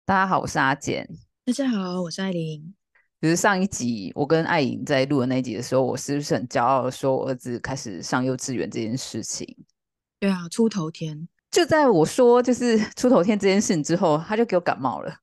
大家好，我是阿简。 大家好，我是艾琳。 就是上一集我跟艾颖在录的那一集的时候，我是不是很骄傲的说我儿子开始上幼稚园这件事情？ 对啊，出头天。 就在我说就是出头天这件事情之后，他就给我感冒了。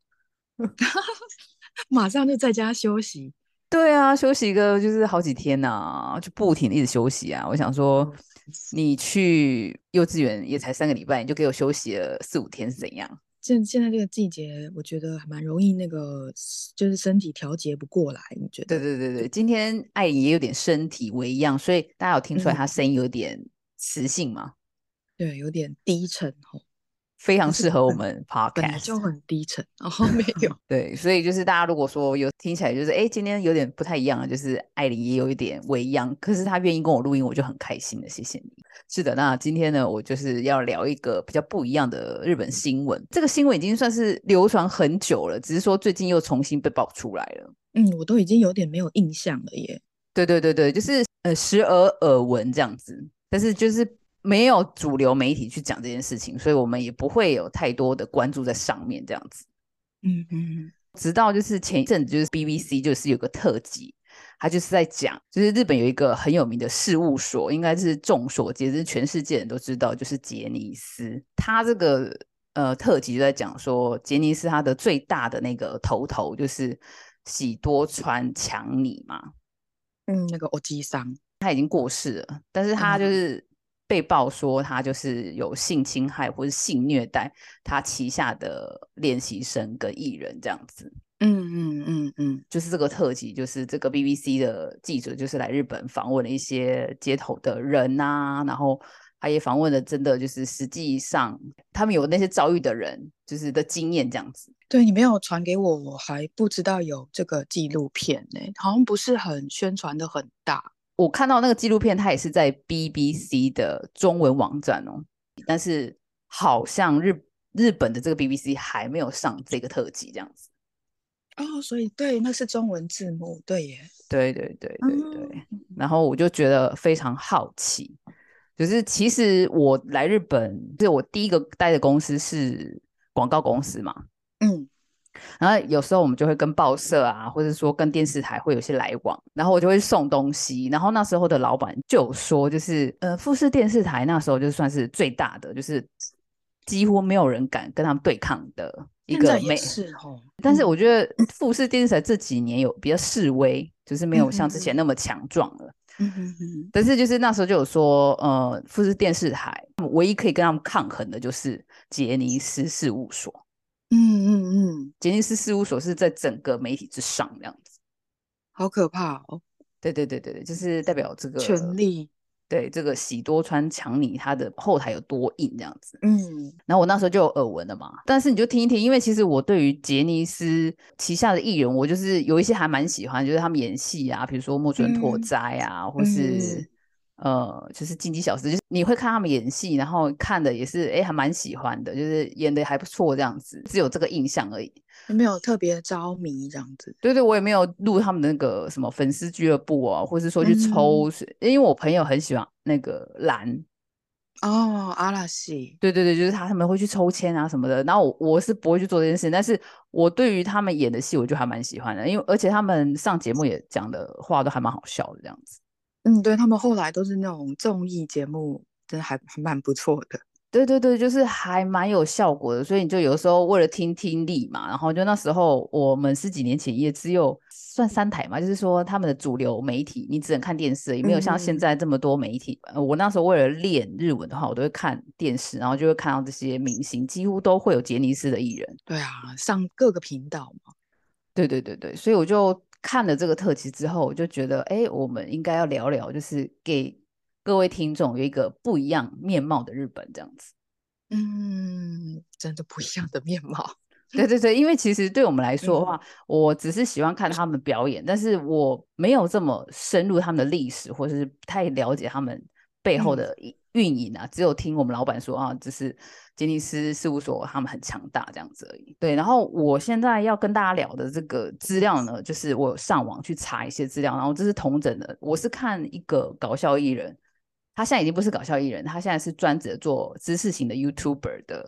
马上就在家休息。 对啊，休息一个就是好几天呐、就不停的一直休息啊。我想说， 哦， 你去幼稚园也才3个礼拜，你就给我休息了4、5天是怎样？ 现在这个季节，我觉得还蛮容易就是身体调节不过来。你觉对得？ 对对对，今天艾颖也有点身体微恙，所以大家有听出来嗯， 他声音有点磁性吗？ 对，有点低沉哦。 非常不是适合我们本来 podcast。 就很低沉，然后没有。 对，所以就是大家如果说有听起来就是今天有点不太一样啊，就是艾琳也有一点微恙，可是她愿意跟我录音，我就很开心的，谢谢你。是的，那今天呢，我就是要聊一个比较不一样的日本新闻。这个新闻已经算是流传很久了，只是说最近又重新被爆出来了。 嗯，我都已经有点没有印象了耶。 对对对对，就是时而耳闻这样子，但是就是没有主流媒体去讲这件事情，所以我们也不会有太多的关注在上面这样子。 嗯嗯直到就是前一阵子，就是 BBC 就是有个特辑，他就是在讲，就是日本有一个很有名的事务所，应该是众所皆知，全世界人都知道，就是杰尼斯。他这个特辑就在讲说，杰尼斯他的最大的那个头就是喜多川强尼嘛， 嗯，那个欧吉桑。 他已经过世了，但是他就嗯是被曝说他就是有性侵害或是性虐待他旗下的练习生跟艺人这样子。 嗯。 就是这个特辑，就是这个 BBC 的记者就是来日本访问了一些街头的人啊，然后他也访问了真的就是实际上他们有那些遭遇的人就是的经验这样子。 对，你没有传给我，我还不知道有这个纪录片呢，好像不是很宣传的很大。 我看到那个纪录片，它也是在 BBC 的中文网站哦，但是好像日本的这个 BBC 还没有上这个特辑这样子。 哦，所以对，那是中文字幕，对耶。 对对对对嗯对，然后我就觉得非常好奇，就是其实我来日本，就是我第一个待的公司是广告公司嘛， 嗯然后有时候我们就会跟报社啊，或者说跟电视台会有些来往，然后我就会送东西，然后那时候的老板就有说，就是富士电视台那时候就算是最大的，就是几乎没有人敢跟他们对抗的一现在也个是哦。 但是我嗯觉得富士电视台这几年有比较示威，就是没嗯有像之前嗯那么强壮了。 嗯嗯嗯但是就是那时候就有说，富士电视台唯一可以跟他们抗衡的就是杰尼斯事务所。 嗯嗯嗯， 杰尼斯事务所是在整个媒体之上这样子。 好可怕哦。 对对对对对，就是代表这个权力。 对这个喜多川强尼他的后台有多硬这样子。 嗯然后我那时候就有耳闻了嘛，但是你就听一听，因为其实我对于杰尼斯旗下的艺人，我就是有一些还蛮喜欢，就是他们演戏啊，比如说木村拓嗯哉啊，或是嗯， 就是进击小子，就是你会看他们演戏，然后看的也是还蛮喜欢的，就是演的还不错这样子，只有这个印象而已。 有没有特别着迷这样子？ 对对，我也没有入他们的那个什么粉丝俱乐部啊，或是说去抽， 嗯， 因为我朋友很喜欢那个蓝， 哦，阿拉西。 对对对，就是他们会去抽签啊什么的，然后我是不会去做这件事，但是我对于他们演的戏，我就还蛮喜欢的，因为而且他们上节目也讲的话都还蛮好笑的这样子。 嗯，对，他们后来都是那种综艺节目，真的还蛮不错的。 对对对，就是还蛮有效果的，所以你就有时候为了听听力嘛，然后就那时候我们十几年前也只有算3台嘛，就是说他们的主流媒体你只能看电视，也没有像现嗯， 在这么多媒体。我那时候为了练日文的话，我都会看电视，然后就会看到这些明星几乎都会有杰尼斯的艺人。 对啊，上各个频道嘛。 对对对对，所以我就看了这个特辑之后，我就觉得，我们应该要聊聊，就是给各位听众有一个不一样面貌的日本这样子。 嗯，真的不一样的面貌。 对对对，因为其实对我们来说的嗯话，我只是喜欢看他们表演，但是我没有这么深入他们的历史，或者是不太了解他们背后嗯的运营啊。只有听我们老板说啊，就是杰尼斯事务所他们很强大这样子而已。对，然后我现在要跟大家聊的这个资料呢，就是我有上网去查一些资料，然后这是同整的。我是看一个搞笑艺人，他现在已经不是搞笑艺人，他现在是专职做知识型的 YouTuber 的。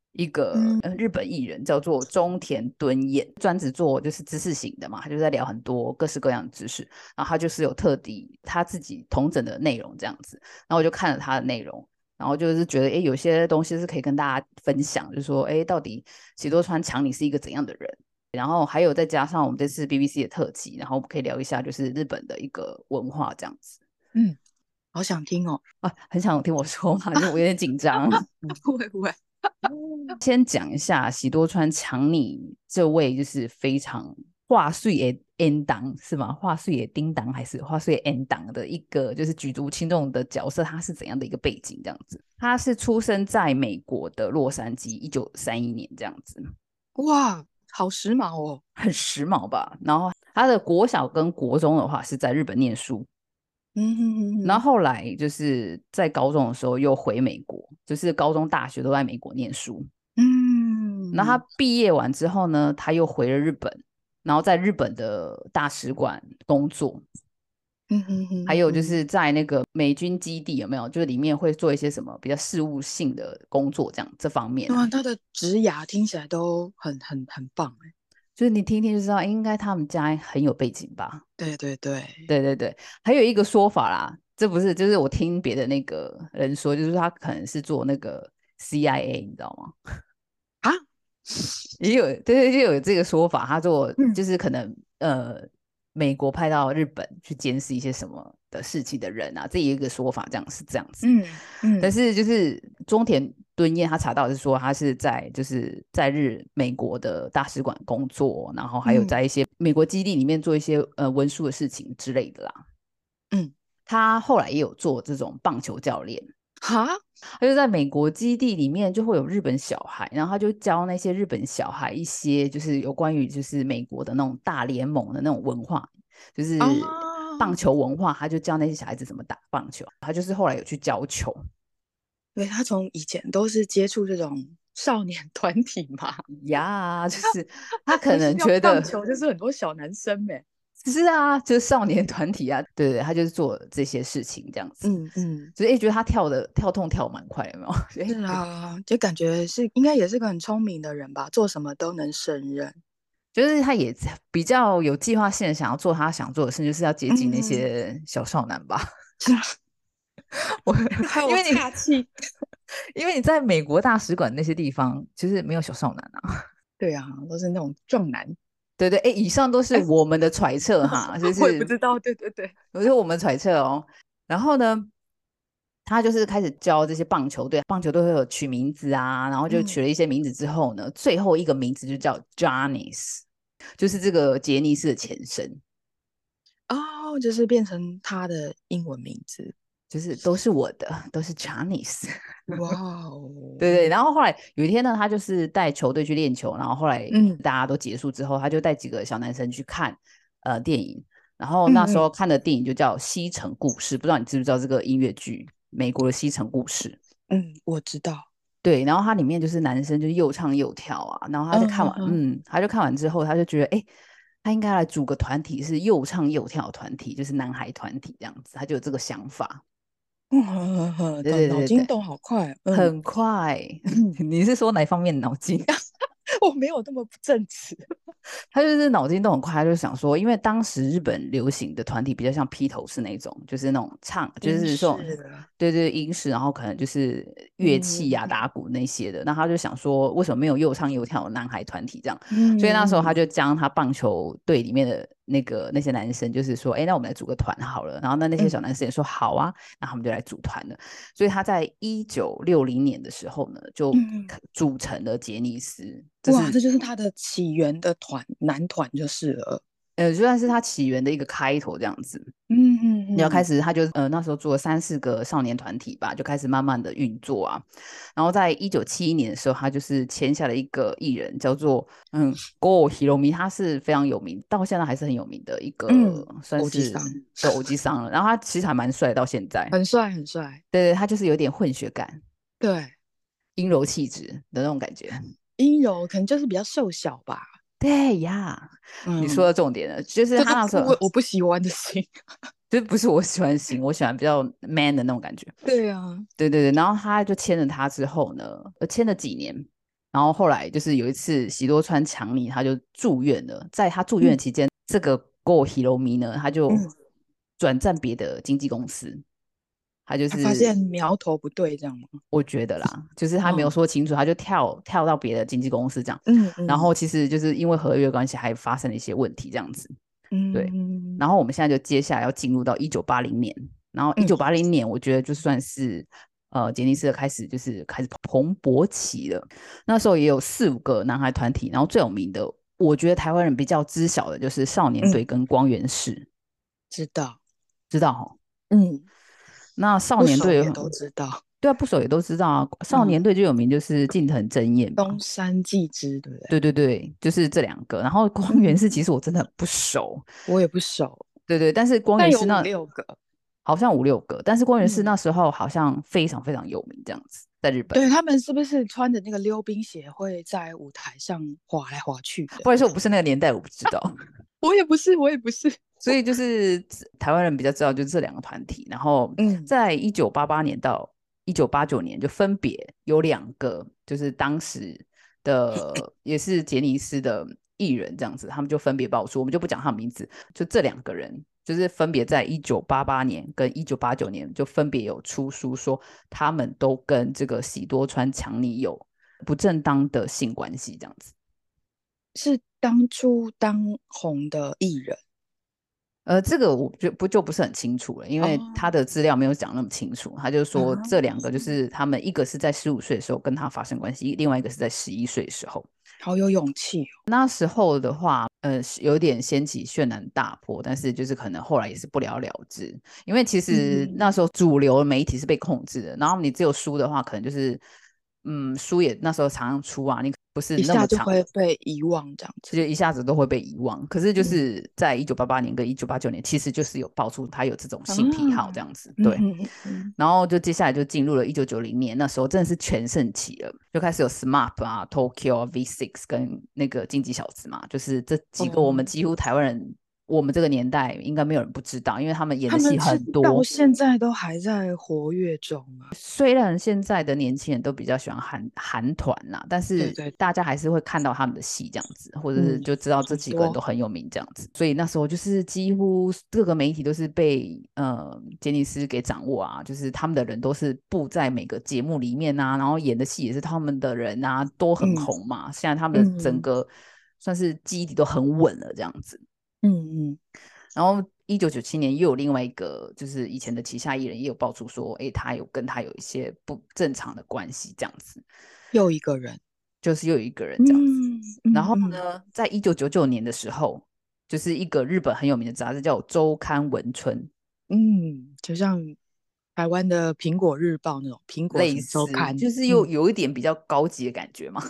一个日本艺人叫做中田敦彦，专职做就是知识型的嘛，他就在聊很多各式各样的知识，然后他就是有特地他自己统整的内容这样子，然后我就看了他的内容，然后就是觉得有些东西是可以跟大家分享，就是说到底喜多川强尼是一个怎样的人，然后还有再加上我们这次 BBC 的特辑，然后我们可以聊一下就是日本的一个文化这样子。 好想听哦。 很想听我说嘛，因为我有点紧张。 不会不会。 先讲一下喜多川强尼这位就是非常话碎也 N 档是吗？话碎也叮当还是话碎 N 档的一个就是举足轻重的角色，他是怎样的一个背景这样子？他是出生在美国的洛杉矶，1931年这样子。 哇，好时髦哦。 很时髦吧？然后他的国小跟国中的话是在日本念书，然后后来就是在高中的时候又回美国，就是高中大学都在美国念书。然后他毕业完之后呢，他又回了日本，然后在日本的大使馆工作。还有就是在那个美军基地有没有？就是里面会做一些什么比较事务性的工作，这方面哇，他的职涯听起来都很棒哎。 就是你听一听就知道，应该他们家很有背景吧？ 对对对对对对，还有一个说法啦，这不是就是我听别的那个人说，就是他可能是做那个 CIA，你知道吗？ 啊。 也有对对，就有这个说法，他做就是可能美国派到日本去监视一些什么的事情的人啊，这也有一个说法，这样是这样子。但是就是中田敦彦他查到是说他是在就是在美国的大使馆工作，然后还有在一些美国基地里面做一些文书的事情之类的啦。他后来也有做这种棒球教练。 哈， 他就在美国基地里面就会有日本小孩，然后他就教那些日本小孩一些就是有关于就是美国的那种大联盟的那种文化，就是棒球文化，他就教那些小孩子怎么打棒球。他就是后来有去教球。 对，他从以前都是接触这种少年团体嘛。 呀，就是他可能觉得棒球就是很多小男生呗。 是啊，就是少年团体啊，对对，他就是做这些事情这样子。就是觉得他跳动跳蛮快，有没有？ 是啊，就感觉是应该也是个很聪明的人吧，做什么都能胜任。 就是他也比较有计划性的想要做他想做的事，就是要接近那些小少男吧。 是啊。 我因为岔气。 因为你在美国大使馆那些地方，其实没有小少男啊。 对啊，都是那种壮男。 对对，以上都是我们的揣测哈，就是我也不知道。对对对， 都是我们揣测哦。然后呢，他就是开始教这些棒球队，棒球队会有取名字啊，然后就取了一些名字之后呢，最后一个名字就叫 Giannis， 就是这个杰尼斯的前身。 哦，就是变成他的英文名字。 就是都是我的，都是 Chinese。 哇哦。 对对，然后后来有一天呢，他就是带球队去练球，然后后来大家都结束之后，他就带几个小男生去看电影，然后那时候看的电影就叫《西城故事》，不知道你知不知道这个音乐剧，美国的《西城故事》。 我知道。 对，然后它里面就是男生就是又唱又跳啊，然后他就看完，他就看完之后，他就觉得，哎，他应该来组个团体，是又唱又跳的团体，就是男孩团体这样子，他就有这个想法。对对对对， 脑筋动好快。 很快。你是说哪方面的脑筋？ 我没有那么不正直。 他就是脑筋都很快，他就想说，因为当时日本流行的团体比较像披头士那种，就是那种唱，就是说，对对，英式，然后可能就是乐器啊、打鼓那些的。那他就想说，为什么没有又唱又跳的男孩团体这样？所以那时候他就将他棒球队里面的那些男生，就是说，哎，那我们来组个团好了。然后那些小男生也说好啊，那他们就来组团了。所以他在1960年的时候呢，就组成了杰尼斯。 哇，这就是他的起源的男团就是了。 就算是他起源的一个开头这样子。然后开始他就那时候做了3-4个少年团体吧，就开始慢慢的运作啊。然后在1971年的时候，他就是签下了一个艺人叫做Go Hiromi， 他是非常有名，到现在还是很有名的一个算是偶机桑了。然后他其实还蛮帅，到现在很帅很帅。 对，他就是有点混血感， 对， 阴柔气质的那种感觉。 阴柔可能就是比较瘦小吧。 对呀，你说的重点了，就是他那时候我不喜欢的型。 就不是我喜欢型，我喜欢比较 man 的那种感觉。 对啊。 对对对，然后他就签了他之后呢，签了几年， 然后后来就是有一次喜多川强尼他就住院了，在他住院的期间，这个 Go Hiromi 呢他就转战别的经纪公司，他就他发是现苗头不对，这样吗？ 我觉得啦，就是他没有说清楚，他就跳到别的经纪公司这样，然后其实就是因为合约关系还发生了一些问题这样子，对，然后我们现在就接下来要进入到1980年，然后1980年我觉得就算是杰尼斯的开始蓬勃起了，那时候也有4、5个男孩团体，然后最有名的我觉得台湾人比较知晓的就是少年队跟光源氏， 知道齁，那少不年队熟也都知道， 对啊，不熟也都知道啊。少年队最有名就是近藤真彦嘛， 东山纪之，对不对？ 对对对，就是这2个。然后光源氏其实我真的很不熟， 我也不熟， 对对，但是光但有源氏那 5、6个， 好像5、6个，但是光源氏那时候好像非常非常有名，这样子在日本。 对，他们是不是穿着那个溜冰鞋会在舞台上滑来滑去的？ 不好意思，我不是那个年代，我不知道。 我也不是，我也不是。 所以就是台湾人比较知道，就是这2个团体。然后在1988年到1989年，就分别有2个，就是当时的也是杰尼斯的艺人这样子，他们就分别爆出，我们就不讲他们名字，就这2个人，就是分别在1988年跟1989年就分别有出书说，他们都跟这个喜多川强尼有不正当的性关系这样子。 是当初当红的艺人这个我就不是很清楚了，因为他的资料没有讲那么清楚。他就说这2个就是他们一个是在15岁的时候跟他发生关系，另外一个是在11岁的时候。 好有勇气哦。 那时候的话，有点掀起轩然大波，但是就是可能后来也是不了了之，因为其实那时候主流媒体是被控制的，然后你只有书的话，可能就是书也那时候常常出啊，你不是一那么长， 下就会被遗忘这样子， 就一下子都会被遗忘。可是就是在1988年跟1989年，其实就是有爆出他有这种性癖好这样子，对。然后就接下来就进入了1990年，那时候真的是全盛期了，就开始有 SMAP 啊、Tokyo V6 跟那个进击小子嘛，就是这几个我们几乎台湾人。我们这个年代应该没有人不知道，因为他们演的戏很多， 到现在都还在活跃中啊。 虽然现在的年轻人都比较喜欢韩团啦，但是大家还是会看到他们的戏这样子，或者是就知道这几个人都很有名这样子。所以那时候就是几乎各个媒体都是被杰尼斯给掌握啊，就是他们的人都是布在每个节目里面啊，然后演的戏也是他们的人啊，都很红嘛。现在他们的整个算是基底都很稳了这样子。然后1997年又有另外一个，就是以前的旗下艺人也有爆出说，他有跟他有一些不正常的关系这样子。 又一个人， 就是又有一个人这样子。然后呢，在1999年的时候，就是一个日本很有名的杂志叫《周刊文春》， 就像台湾的苹果日报那种苹果周刊， 就是又有一点比较高级的感觉嘛。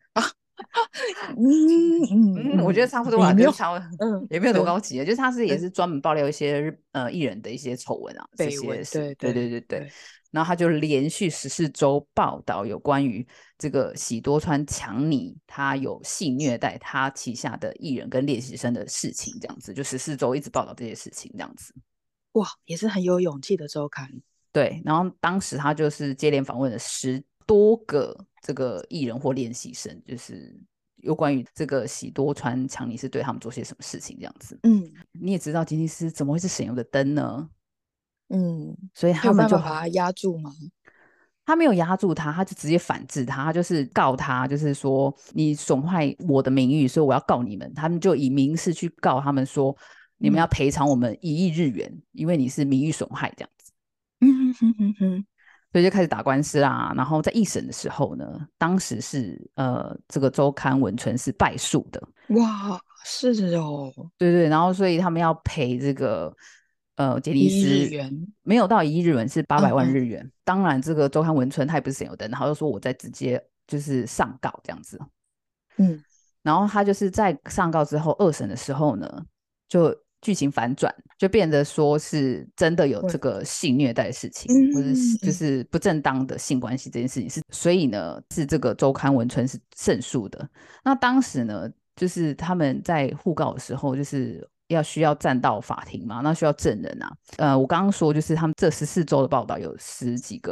我觉得差不多啊，跟差不多，也没有多高级的，就是他也是专门爆料一些艺人的一些丑闻啊，这些是，对。然后他就连续14周报道有关于这个喜多川强尼他有性虐待他旗下的艺人跟练习生的事情，这样子就14周一直报道这些事情，这样子。 哇，也是很有勇气的周刊。 对，然后当时他就是接连访问了10多个这个艺人或练习生，就是有关于这个喜多川强尼是对他们做些什么事情这样子。你也知道杰尼斯怎么会是省油的灯呢？所以他们就有办法把他压住吗？ 他没有压住他，他就直接反制他，他就是告他，就是说你损害我的名誉，所以我要告你们。他们就以民事去告他们说，你们要赔偿我们1亿日元，因为你是名誉损害这样子。所以就开始打官司啦。然后在一审的时候呢，当时是这个周刊文春是败诉的。 哇，是哦， 对，然后所以他们要赔这个杰尼斯 1亿日元， 没有到1亿日元，是800万日元。当然这个周刊文春他也不是省油灯，然后就说我再直接就是上告这样子。然后他就是在上告之后2审的时候呢，就剧情反转，就变得说是真的有这个性虐待的事情，或者就是不正当的性关系这件事情是，所以呢是这个周刊文春是胜诉的。那当时呢，就是他们在互告的时候，就是需要站到法庭嘛，那需要证人啊。我刚刚说就是他们这14周的报道有10几个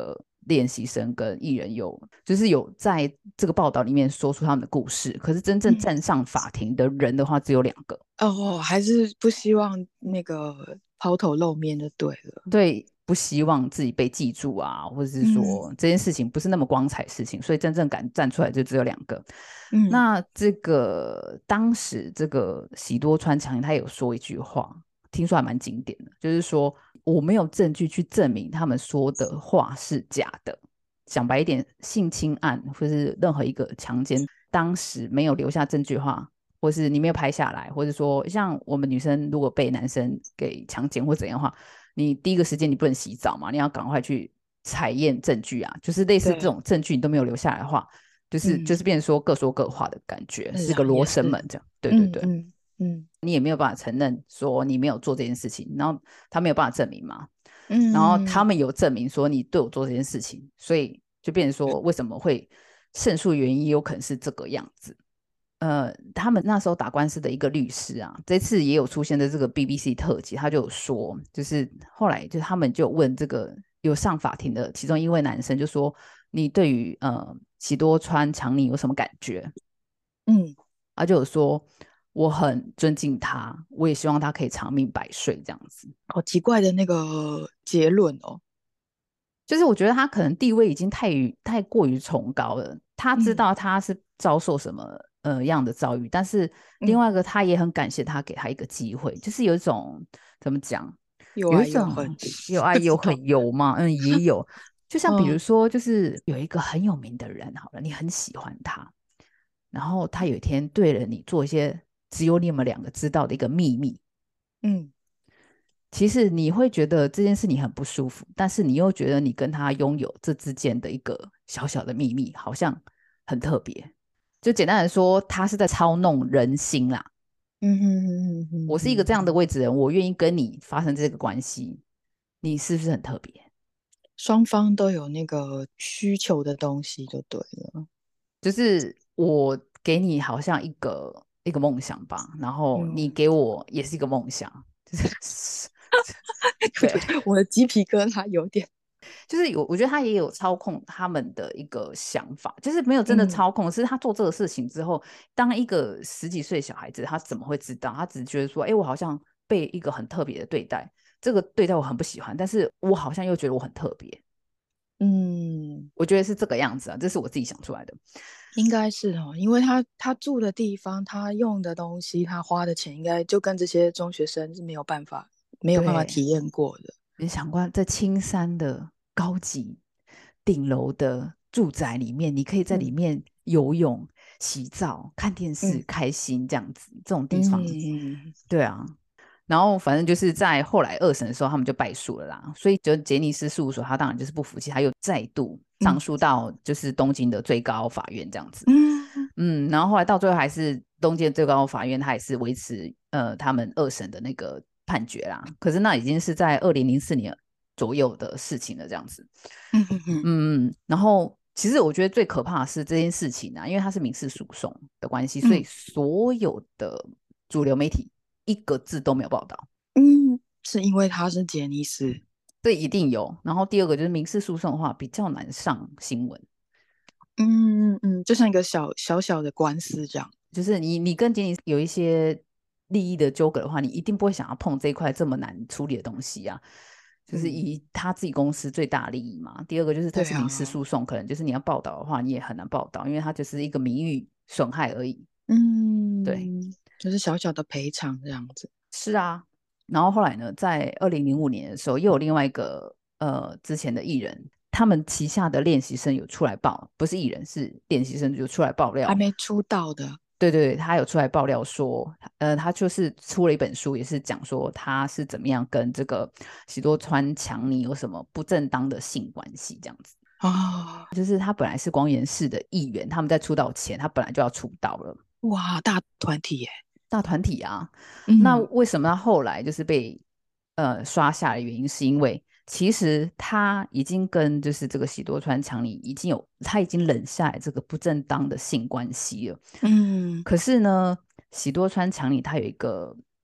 练习生跟艺人就是有在这个报道里面说出他们的故事，可是真正站上法庭的人的话只有2个。 还是不希望那个抛头露面就对了。 对，不希望自己被记住啊，或者是说这件事情不是那么光彩的事情，所以真正敢站出来就只有2个。那这个当时这个喜多川强他有说一句话，听说还蛮经典的，就是说我没有证据去证明他们说的话是假的。讲白一点，性侵案或是任何一个强奸，当时没有留下证据的话，或是你没有拍下来，或者说像我们女生如果被男生给强奸或怎样的话，你第一个时间你不能洗澡嘛，你要赶快去采验证据啊，就是类似这种证据你都没有留下来的话，就是变成说各说各话的感觉，是个罗生门这样。对对对，你也没有办法承认说你没有做这件事情，然后他没有办法证明嘛，然后他们有证明说你对我做这件事情，所以就变成说为什么会胜诉原因有可能是这个样子。他们那时候打官司的一个律师啊，这次也有出现在这个 BBC 特辑，他就有说，就是后来就他们就问这个有上法庭的其中一位男生，就说你对于喜多川强尼有什么感觉？他就有说我很尊敬他，我也希望他可以长命百岁这样子。 好奇怪的那个结论哦。 就是我觉得他可能地位已经太过于崇高了，他知道他是遭受什么样的遭遇，但是另外一个他也很感谢他给他一个机会，就是有一种怎么讲， 又有一种爱又恨。 有爱有恨有吗？也有，就像比如说，就是有一个很有名的人，好了，你很喜欢他，然后他有一天对了你做一些只有你们2个知道的一个秘密，其实你会觉得这件事你很不舒服，但是你又觉得你跟他拥有这之间的一个小小的秘密，好像很特别。就简单来说，他是在操弄人心啦。我是一个这样的位置人，我愿意跟你发生这个关系，你是不是很特别？ 双方都有那个需求的东西就对了。 就是我给你好像一个梦想吧，然后你给我也是一个梦想，就是对。 我的鸡皮疙瘩有点。 就是我觉得他也有操控他们的一个想法，就是没有真的操控，是他做这个事情之后，当一个10几岁的小孩子，他怎么会知道？他只觉得说，我好像被一个很特别的对待，这个对待我很不喜欢，但是我好像又觉得我很特别。我觉得是这个样子啊，这是我自己想出来的。 应该是哦，因为他住的地方，他用的东西，他花的钱，应该就跟这些中学生是没有办法体验过的。 你想过在青山的高级顶楼的住宅里面，你可以在里面游泳、洗澡、看电视、开心这样子，这种地方，对啊。然后反正就是在后来2审的时候，他们就败诉了啦。所以就杰尼斯事务所，他当然就是不服气，他又再度上诉到就是东京的最高法院这样子。然后后来到最后还是东京最高法院，他也是维持他们2审的那个判决啦。可是那已经是在2004年左右的事情了，这样子。然后其实我觉得最可怕的是这件事情啊，因为它是民事诉讼的关系，所以所有的主流媒体一个字都没有报道。 是因为他是杰尼斯。 这一定有。然后第二个就是民事诉讼的话比较难上新闻。 就像一个小小的官司这样。 就是你跟杰尼斯有一些利益的纠葛的话，你一定不会想要碰这一块这么难处理的东西啊。就是以他自己公司最大利益嘛。第二个就是他是民事诉讼，可能就是你要报道的话，你也很难报道，因为他就是一个名誉损害而已。对， 就是小小的赔偿这样子。 是啊。然后后来呢，在2005年的时候，又有另外一个之前的艺人，他们旗下的练习生有出来爆，不是艺人是练习生，就出来爆料， 还没出道的。 对对对，他有出来爆料说，他就是出了一本书，也是讲说他是怎么样跟这个喜多川强尼有什么不正当的性关系这样子。就是他本来是光源氏的艺员，他们在出道前，他本来就要出道了。 哇，大团体耶！ 大团体啊。那为什么他后来就是被刷下的原因，是因为其实他已经跟就是这个喜多川强尼他已经忍下来这个不正当的性关系了。可是呢，喜多川强尼他有一个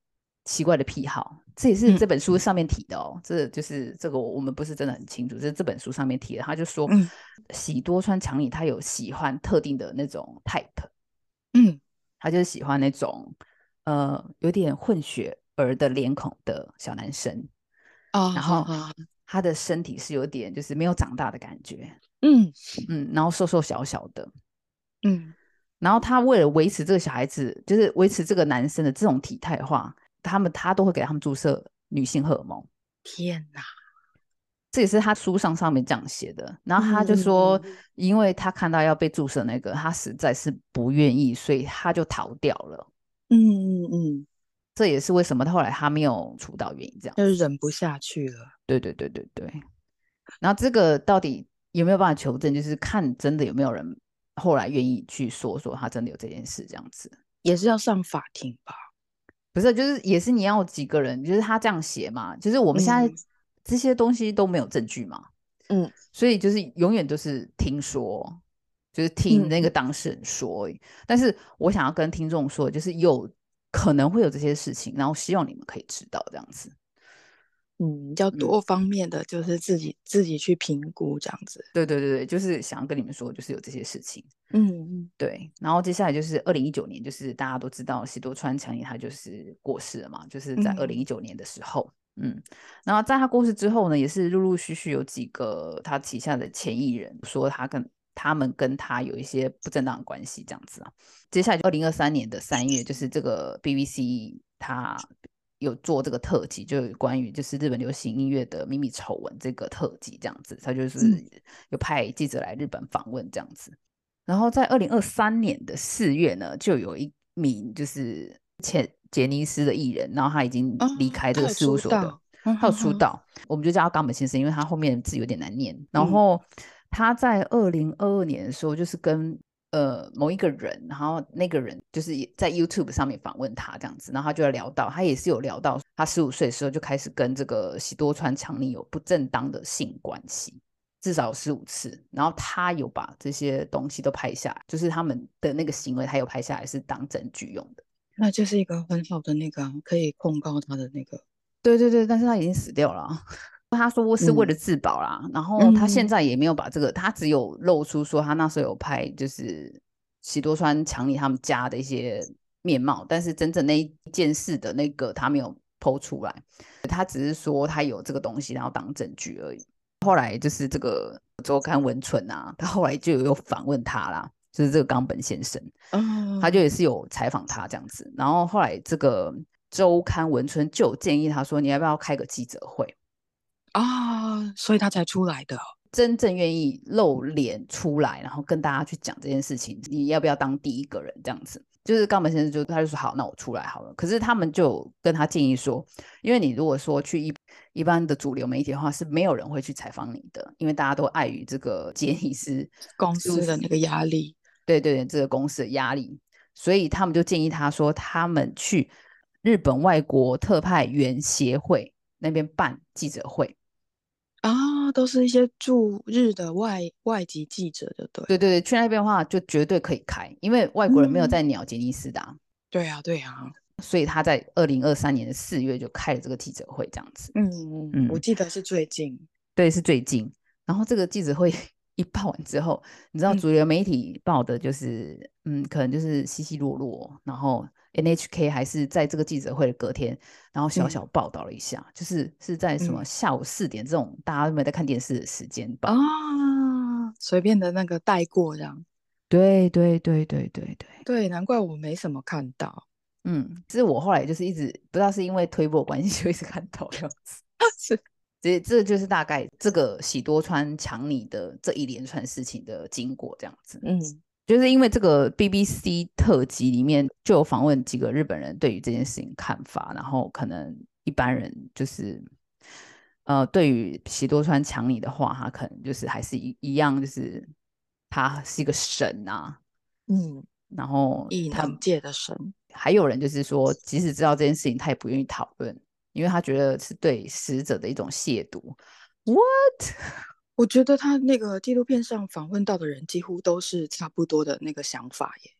奇怪的癖好，这也是这本书上面提的哦。这就是这个我们不是真的很清楚，这是这本书上面提的。他就说，喜多川强里他有喜欢特定的那种 type，他就是喜欢那种有点混血儿的脸孔的小男生，然后他的身体是有点就是没有长大的感觉，然后瘦瘦小小的，然后他为了维持这个小孩子，就是维持这个男生的这种体态的话，他都会给他们注射女性荷尔蒙。 天哪！ 这也是他书上面这样写的。然后他就说，因为他看到要被注射那个，他实在是不愿意，所以他就逃掉了。这也是为什么后来他没有出道原因，这样就是忍不下去了。 对。然后这个到底有没有办法求证，就是看真的有没有人后来愿意去说他真的有这件事这样子。 也是要上法庭吧？ 不是，就是也是你要几个人，就是他这样写嘛，就是我们现在这些东西都没有证据嘛，所以就是永远都是听说，就是听那个当事人说而已。但是我想要跟听众说，就是有可能会有这些事情，然后希望你们可以知道这样子。 要多方面的，就是自己去评估这样子。 对，就是想要跟你们说，就是有这些事情。对。然后接下来就是2019年，就是大家都知道喜多川强也他就是过世了嘛，就是在2019年的时候。然后在他过世之后呢，也是陆陆续续有几个他旗下的前艺人说他们跟他有一些不正当的关系这样子啊。接下来就2023年的3月，就是这个 BBC 他有做这个特辑，就有关于就是日本流行音乐的秘密丑闻这个特辑这样子，他就是有派记者来日本访问这样子。然后在2023年的4月呢，就有一名就是杰尼斯的艺人，然后他已经离开这个事务所的，他有出道，我们就叫他冈本先生，因为他后面的字有点难念。然后他在2022年的时候，就是跟某一个人，然后那个人就是在 YouTube 上面访问他这样子，然后他就有聊到，他也是有聊到他15岁的时候就开始跟这个喜多川强尼有不正当的性关系，至少15次，然后他有把这些东西都拍下来，就是他们的那个行为他有拍下来是当证据用的。 那就是一个很好的那个可以控告他的那个。 对，但是他已经死掉了他说是为了自保啦，然后他现在也没有把这个，他只有露出说他那时候有拍就是喜多川强尼他们家的一些面貌，但是真正那一件事的那个他没有剖出来，他只是说他有这个东西然后当证据而已。后来就是这个周刊文春啊，他后来就有访问他啦，就是这个冈本先生，他就也是有采访他这样子。然后后来这个周刊文春就有建议他说，你要不要开个记者会所以他才出来的。 真正愿意露脸出来，然后跟大家去讲这件事情，你要不要当第一个人这样子？就是冈本先生他就说好，那我出来好了。可是他们就跟他建议说，因为你如果说去一般的主流媒体的话，是没有人会去采访你的，因为大家都碍于这个杰尼斯公司的那个压力。 对，这个公司的压力，所以他们就建议他说，他们去日本外国特派员协会那边办记者会。 都是一些驻日的外籍记者的。 对，去那边的话就绝对可以开，因为外国人没有在鸟杰尼斯的对啊， 所以他在2023年的4月就开了这个记者会这样子。 我记得是最近。 对，是最近。然后这个记者会一报完之后，你知道主流媒体报的就是可能就是稀稀落落，然后 NHK 还是在这个记者会的隔天，然后小小报道了一下，是在什么下午4点这种大家都没有在看电视的时间报随便的那个带过这样。 对， 对，难怪我没什么看到。 是我后来就是一直不知道是因为推播关系就一直看到这样子是这就是大概这个喜多川强尼的这一连串事情的经过这样子。就是因为这个 BBC 特辑里面就有访问几个日本人对于这件事情看法，然后可能一般人就是对于喜多川强尼的话，他可能就是还是一样，就是他是一个神啊。然后异能界的神。 还有人就是说，即使知道这件事情，他也不愿意讨论，因为他觉得是对死者的一种亵渎。What？ 我觉得他那个纪录片上访问到的人几乎都是差不多的那个想法耶。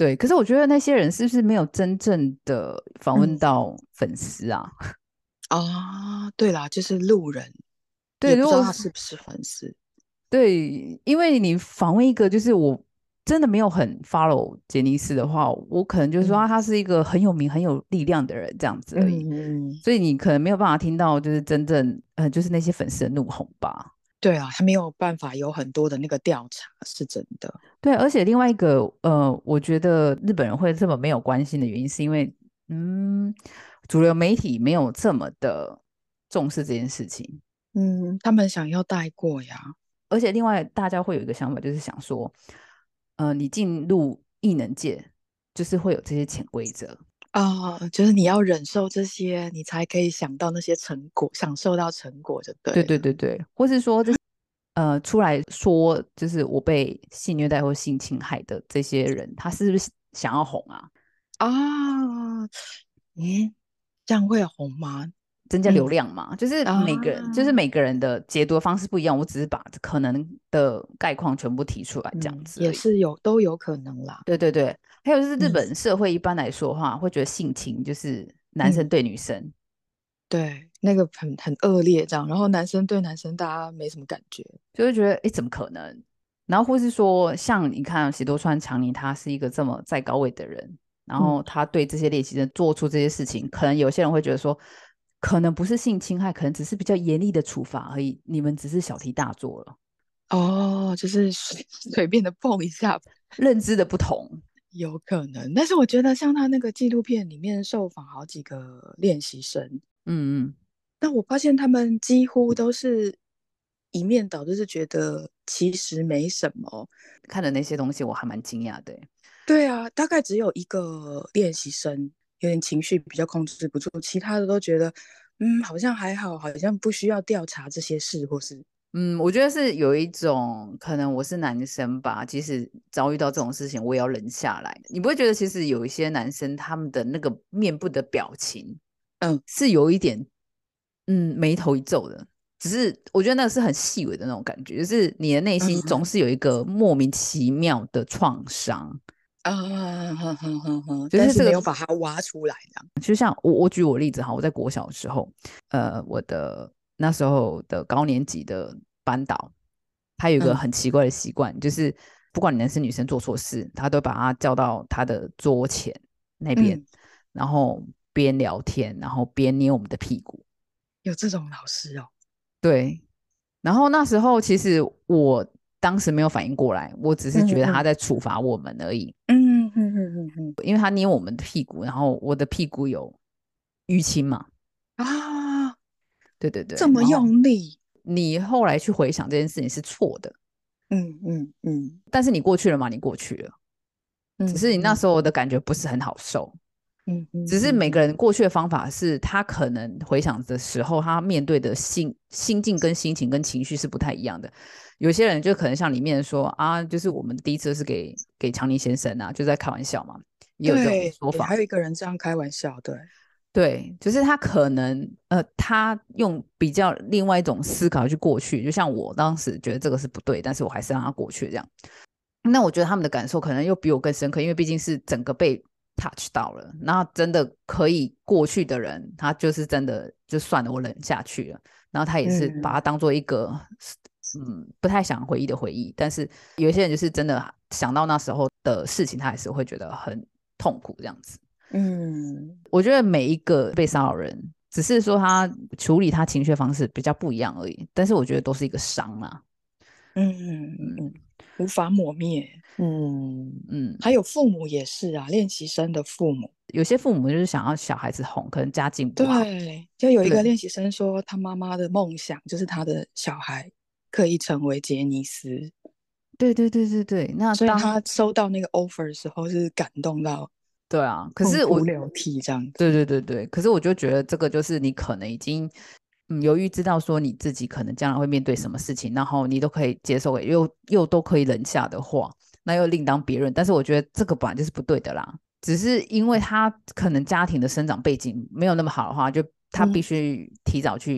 对，可是我觉得那些人是不是没有真正的访问嗯到粉丝啊？ 啊，对啦，就是路人， 对， 也不知道如果他是不是粉丝。 对，因为你访问一个就是我真的没有很 follow 杰尼斯的话，我可能就是说嗯他是一个很有名、很有力量的人这样子而已， 嗯， 所以你可能没有办法听到就是真正就是那些粉丝的怒吼吧。 对啊，他没有办法有很多的那个调查，是真的。 对，而且另外一个我觉得日本人会这么没有关心的原因，是因为嗯，主流媒体没有这么的重视这件事情。 嗯，他们想要带过呀。 而且另外大家会有一个想法，就是想说，你进入艺能界，就是会有这些潜规则。 就是你要忍受这些，你才可以想到那些成果，享受到成果就对对对了。 对对，或是说这些出来说，就是我被性虐待或性侵害的这些人，他是不是想要红啊？ 啊，嗯，这样会红吗？ 增加流嗯量嘛，就是啊， 每个人的解读的方式不一样，我只是把可能的概况全部提出来这样子而已。 也是都有可能啦。 对对对，还有就是日嗯本社会一般来说的话，会觉得性侵就是男生嗯， 对女生， 对，那个很恶劣这样，然后男生对男生大家没什么感觉。 就会觉得哎怎么可能？然后或是说像你看喜多川强尼，他是一个这么在高位的人，然后嗯他对这些练习生做出这些事情，可能有些人会觉得说，可能不是性侵害，可能只是比较严厉的处罚而已，你们只是小题大做了。 哦，就是随便的碰一下， 认知的不同。 有可能。但是我觉得像他那个纪录片里面受访好几个练习生， 嗯嗯， 那我发现他们几乎都是一面倒，就是觉得其实没什么。 看的那些东西我还蛮惊讶的欸。 对啊，大概只有一个练习生有点情绪比较控制不住，其他的都觉得，好像还好，好像不需要调查这些事，或是， 嗯，我觉得是有一种可能我是男生吧，即使遭遇到这种事情，我也要忍下来。你不会觉得其实有一些男生他们的那个面部的表情嗯是有一点眉头一皱的，只是我觉得那个是很细微的那种感觉，就是你的内心总嗯是有一个莫名其妙的创伤， 哼哼哼哼，但是就是这个没有把它挖出来的。 就像我举我例子哈，我在国小的时候，我的那时候的高年级的班导，他有一个嗯很奇怪的习惯，就是不管你男生女生做错事，他都把他叫到他的桌前那边， 嗯， 然后边聊天，然后边捏我们的屁股。 有这种老师哦。 对，然后那时候其实我当时没有反应过来，我只是觉得他嗯嗯在处罚我们而已。 嗯嗯嗯嗯因为他捏我们的屁股，然后我的屁股有淤青嘛， 啊， 对对对， 这么然后用力。 你后来去回想这件事情是错的， 嗯嗯嗯但是你过去了嘛，你过去了，只是你那嗯嗯时候的感觉不是很好受。 嗯嗯只是每个嗯嗯人过去的方法是，他可能回想的时候，他面对的心境跟心情跟情绪是不太一样的。有些人就可能像里面说啊，就是我们第一次是给强尼先生啊，就在开玩笑嘛，也有这种对， 说法。 还有一个人这样开玩笑，对。 对，就是他可能他用比较另外一种思考去过去，就像我当时觉得这个是不对，但是我还是让他过去这样。那我觉得他们的感受可能又比我更深刻，因为毕竟是整个被 touch 到了，那真的可以过去的人，他就是真的就算了，我忍下去了。然后他也是把它嗯当做一个不太想回忆的回忆，但是有一些人就是真的想到那时候的事情，他还是会觉得很痛苦这样子。 嗯我觉得每一个被骚扰人，只是说他处理他情绪的方式比较不一样而已，但是我觉得都是一个伤啊。 嗯，无法抹灭。 嗯， 还有父母也是啊，练习生的父母。 有些父母就是想要小孩子红，可能家境不好。 对，就有一对个练习生说，他妈妈的梦想就是他的小孩可以成为杰尼斯， 对对对对对，那所以他收到那个 offer 的时候是感动到对啊，可是我痛哭流涕这样子。 对对对对，可是我就觉得这个就是你可能已经犹豫知道说你自己可能将来会面对什么事情，然后你都可以接受，又都可以忍下的话，那又另当别论。但是我觉得这个本来就是不对的啦，只是因为他可能家庭的生长背景没有那么好的话，就他必嗯须提早去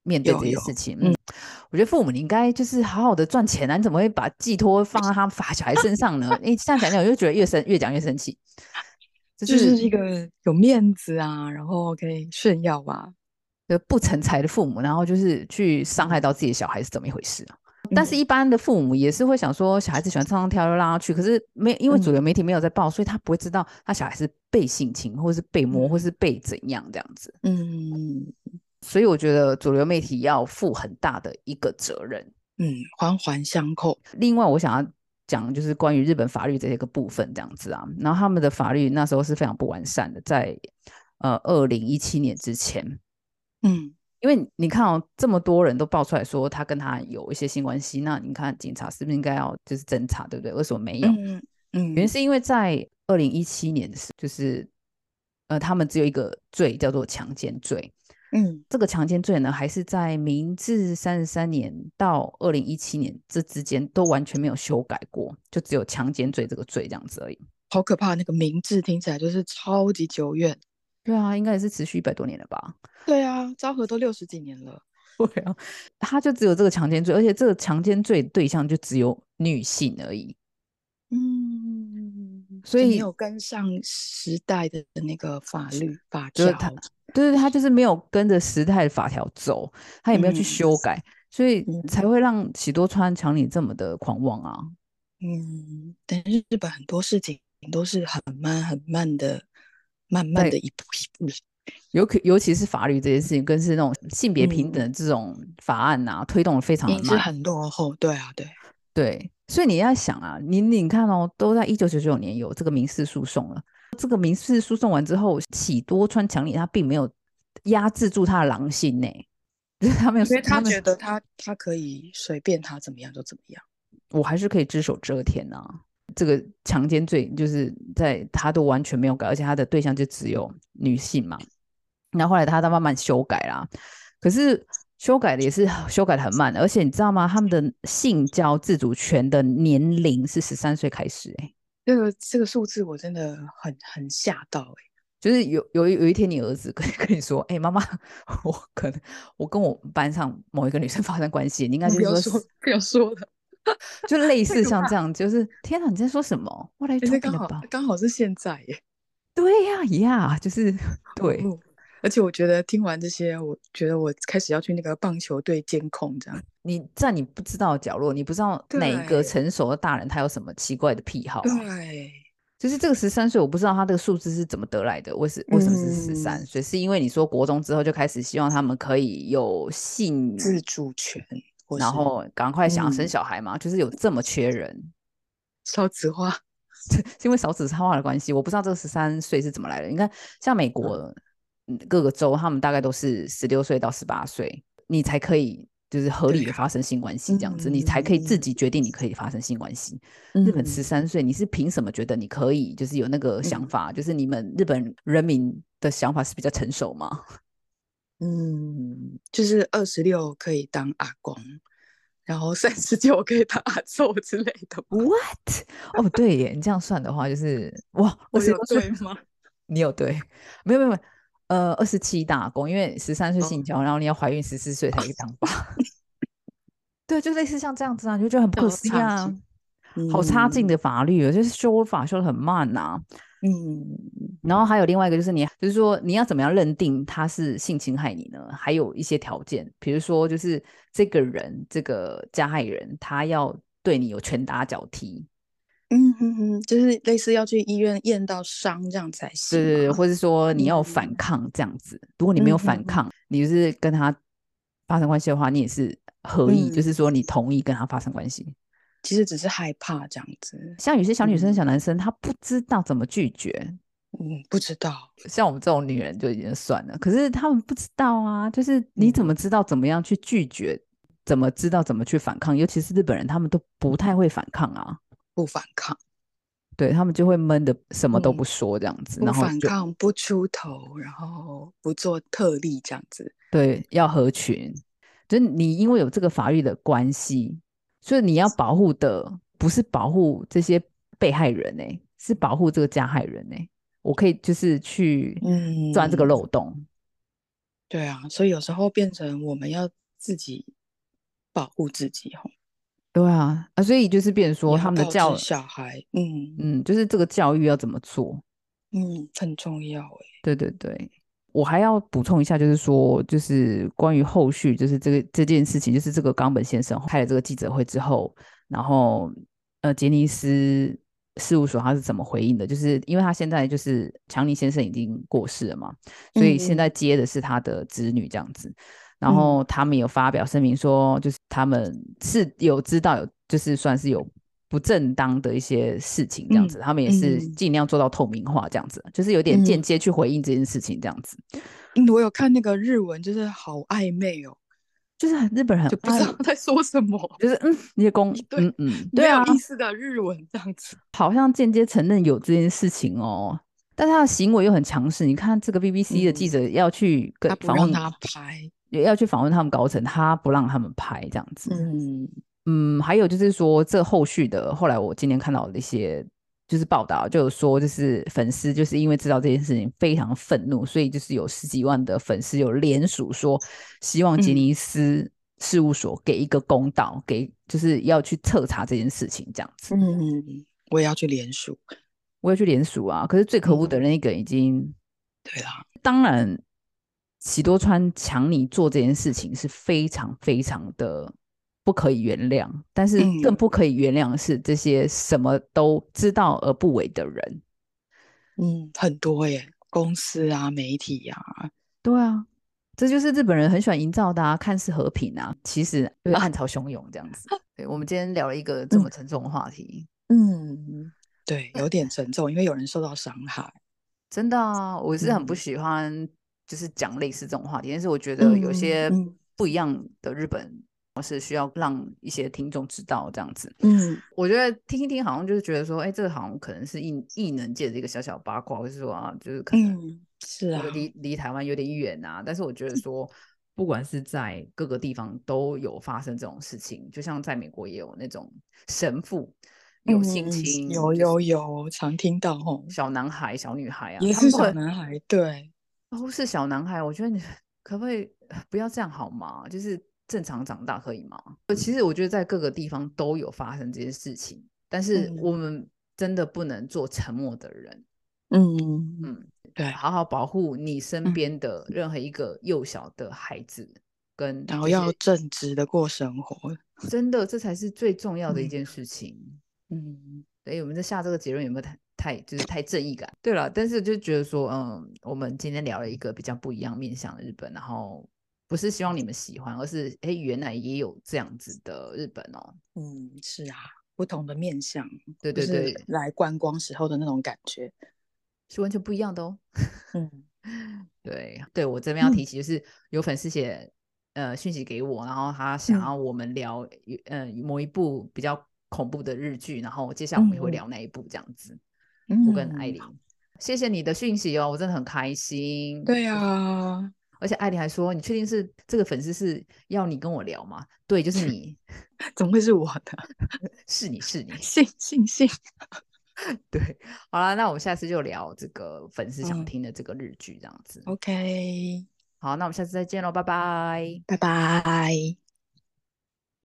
面对这些事情。 嗯， 我觉得父母你应该就是好好的赚钱啊，你怎么会把寄托放在他们小孩身上呢？这样讲讲，我就觉得越讲越生气。就是就是一个有面子啊，然后可以炫耀啊。 不成才的父母，然后就是去伤害嗯到自己的小孩是怎么一回事啊？但是， 嗯一般的父母也是会想说，小孩子喜欢唱唱跳就让他去，可是因为主流嗯媒体没有在报，所以他不会知道他小孩是被性侵，或是被摸，或是嗯被怎样这样子。 嗯所以，我觉得主流媒体要负很大的一个责任。 嗯，环环相扣。 另外，我想要讲就是关于日本法律这个部分这样子啊，然后他们的法律那时候是非常不完善的，在2017年之前。 嗯因为你看哦，这么多人都爆出来说他跟他有一些性关系，那你看警察是不是应该要就是侦查，对不对？为什么没有？ 嗯嗯原因是因为在2017年的时候，就是他们只有一个罪叫做强奸罪。 嗯， 这个强奸罪呢，还是在明治33年到2017年这之间都完全没有修改过，就只有强奸罪这个罪这样子而已。 好可怕！那个名字听起来就是超级久远。 对啊，应该也是持续100多年了吧？ 对啊，昭和都60几年了。 对啊，他就只有这个强奸罪，而且这个强奸罪对象就只有女性而已。所以就没有跟上时代的那个法律法就是他， 条。 对他就是没有跟着时代的法条走，他也没有去嗯修改，所以才嗯会让喜多川强尼这么的狂妄啊。 但是日本很多事情都是很慢很慢的，慢慢在的一步一步。 尤其是法律这件事情，更是那种性别平等的嗯， 这种法案啊，推动的非常的慢。 一直很落后。对啊，对。 对，所以你要想啊，你看哦，都在1999年有这个民事诉讼了。这个民事诉讼完之后，喜多川强尼他并没有压制住他的狼性呢，就是他没有， 因为他他们觉得他可以随便他怎么样就怎么样。 我还是可以只手遮天啊。这个强奸罪就是在他都完全没有改，而且他的对象就只有女性嘛。然后后来他慢慢修改啦，可是修改的也是修改的很慢，而且你知道吗？他们的性交自主权的年龄是13岁开始、欸， 这个数字我真的很吓到就是有一天你儿子跟你说，哎、妈妈，我跟我班上某一个女生发生关系，你应该就是说， 不要说不要说了。 就类似太可怕。 像这样，就是天哪，你在说什么？What are you 那 talking 刚好 about？ 刚好是现在耶。 对呀呀，就是对。 哦，而且我觉得听完这些，我觉得我开始要去那个棒球队监控这样。 你在你不知道的角落，你不知道哪一个对成熟的大人他有什么奇怪的癖好啊？ 对。 就是这个13岁，我不知道他这个数字是怎么得来的，为什么是13岁？是因为你说国中之后就开始希望他们可以有性， 自主权，或然是后赶快想要生嗯小孩嘛？就是有这么缺人， 少子化。 是因为少子化的关系。我不知道这个13岁是怎么来的。你看，像美国各个州，他们大概都是16岁到18岁，你才可以就是合理的对啊。 发生性关系，这样子，你才可以自嗯己决定你可以发生性关系。日本十嗯三岁，你是凭什么觉得你可以就是有那个想嗯法？就是你们日本人民的想法是比较成熟吗就是26可以当阿公，然后39可以当阿祖之类的吗？ ？What？哦，对耶，你这样算的话，就是哇，二我有十六岁， 对吗？ 你有对？没有，27大公，因为13岁性哦， 交，然后你要怀孕14岁才可以当爸。对，就类似像这样子啊，你就觉得很不可超思议啊， 差劲。 好差劲嗯的法律哦，就是修法修的很慢呐、啊。 嗯然后还有另外一个就是就是说你要怎么样认定他是性侵害你呢？还有一些条件，比如说就是这个人这个加害人他要对你有拳打脚踢， 就是类似要去医院验到伤这样才行嘛。 对对对，或者说你要有反嗯抗这样子。如果你没有嗯哼哼反抗，你就是跟他发生关系的话，你也是合意，就是说嗯， 你同意跟他发生关系。 其实只是害怕这样子。 像有些小女生、小嗯男生，他不知道怎么拒绝。 不知道。 像我们这种女人就已经算了，可是他们不知道啊，就是你怎么嗯， 知道怎么样去拒绝，怎么知道怎么去反抗？尤其是日本人，他们都不太会反抗啊， 不反抗。 对他们就会闷的什么都不嗯， 说这样子， 不然后就反抗，不出头，然后不做特例这样子。 对要合群，就是你因为有这个法律的关系，所以你要保护的不是保护这些被害人是保护这个加害人我可以就是去钻这个嗯， 漏洞。 对啊，所以有时候变成我们要自己保护自己吼， 对啊，所以就是变成说也要他们的告知小孩， 就是这个教育要怎么做。 很重要诶。 对对对，我还要补充一下，就是说，就是关于后续，就是这件事情，就是这个冈本先生开了这个记者会之后，然后杰尼斯事务所他是怎么回应的？就是因为他现在就是强尼先生已经过世了嘛，所以现在嗯嗯接的是他的子女这样子。然嗯后他们有发表声明说，就是他们是有知道有，就是算是有不正当的一些事情这样子， 嗯他们也是嗯尽量做到透明化这样子，就是有点间嗯， 接去回应这件事情这样子。 我有看那个日文，就是好暧昧哦， 就是日本人很就不知爱， 道在说什么， 就是那些公一对对啊， 没有意思的日文这样子。 好像间接承认有这件事情哦，但他的行为又很强势。你看这个 BBC 的记嗯， 者要去跟他不访问， 让他拍。 要去访问他们高层，他不让他们拍这样子。 嗯还有就是说，这后续的，后来我今天看到的一些就是报道，就有说，就是粉丝就是因为知道这件事情非常愤怒，所以就是有十几万的粉丝有联署说，希望杰嗯尼斯事务所给一个公道，就是要去彻查这件事情这样子。 我也要去联署。 我也去联署啊，可是最可恶的嗯， 那个已经， 对啦， 当然喜多川强尼做这件事情是非常非常的不可以原谅，但是更嗯不可以原谅的是这些什么都知道而不为的人。 很多耶，公司啊，媒体呀、 对啊，这就是日本人很喜欢营造的啊，看似和平啊，其实就是暗潮汹涌这样子。对，我们今天聊了一个这么嗯沉重的话题， 嗯，对，有点沉重，因为有人受到伤害。 真的啊，我是很不嗯喜欢就是讲类似这种话题，但是我觉得有些嗯嗯不一样的日本是需要让一些听众知道这样子。 嗯我觉得听一听，好像就是觉得说，哎，这个好像可能是艺能界的一个小小八卦，或是说啊，就是可能是啊， 或者离台湾有点远啊。但是我觉得说，不管是在各个地方都有发生这种事情，就像在美国也有那种神父有性侵，就是有，常听到吼， 小男孩、小女孩啊， 也是小他们都会男孩，对， 都是小男孩。我觉得你可不可以不要这样好吗？就是正常长大可以吗？其实我觉得在各个地方都有发生这些事情，但是我嗯们真的不能做沉默的人。 嗯， 嗯， 对， 好好保护你身嗯， 边的任何一个幼小的孩子，跟然后要这些正直的过生活。 真的这才是最重要的一嗯件事情。 嗯所以我们在下这个结论有没有就是太正义感？对了，但是就觉得说，我们今天聊了一个比较不一样面向的日本，然后不是希望你们喜欢，而是原来也有这样子的日本哦。 是啊，不同的面向， 对就是对对， 来观光时候的那种感觉。 是完全不一样的哦。 嗯对对，我这边要嗯提起，就是有粉丝写讯息给我，然后他想嗯要我们聊某一部比较恐怖的日剧，然后接下来我们也会嗯聊那一部这样子。我跟艾嗯， 琳，谢谢你的讯息哦，我真的很开心。 对啊， 而且艾琳还说：“你确定是这个粉丝是要你跟我聊吗？”对，就是你， 怎么会是我的？ 是你是你。 信。 对，好了，那我们下次就聊这个粉丝想嗯听的这个日剧，这样子。 ，OK， 好，那我们下次再见喽，拜拜。 拜拜。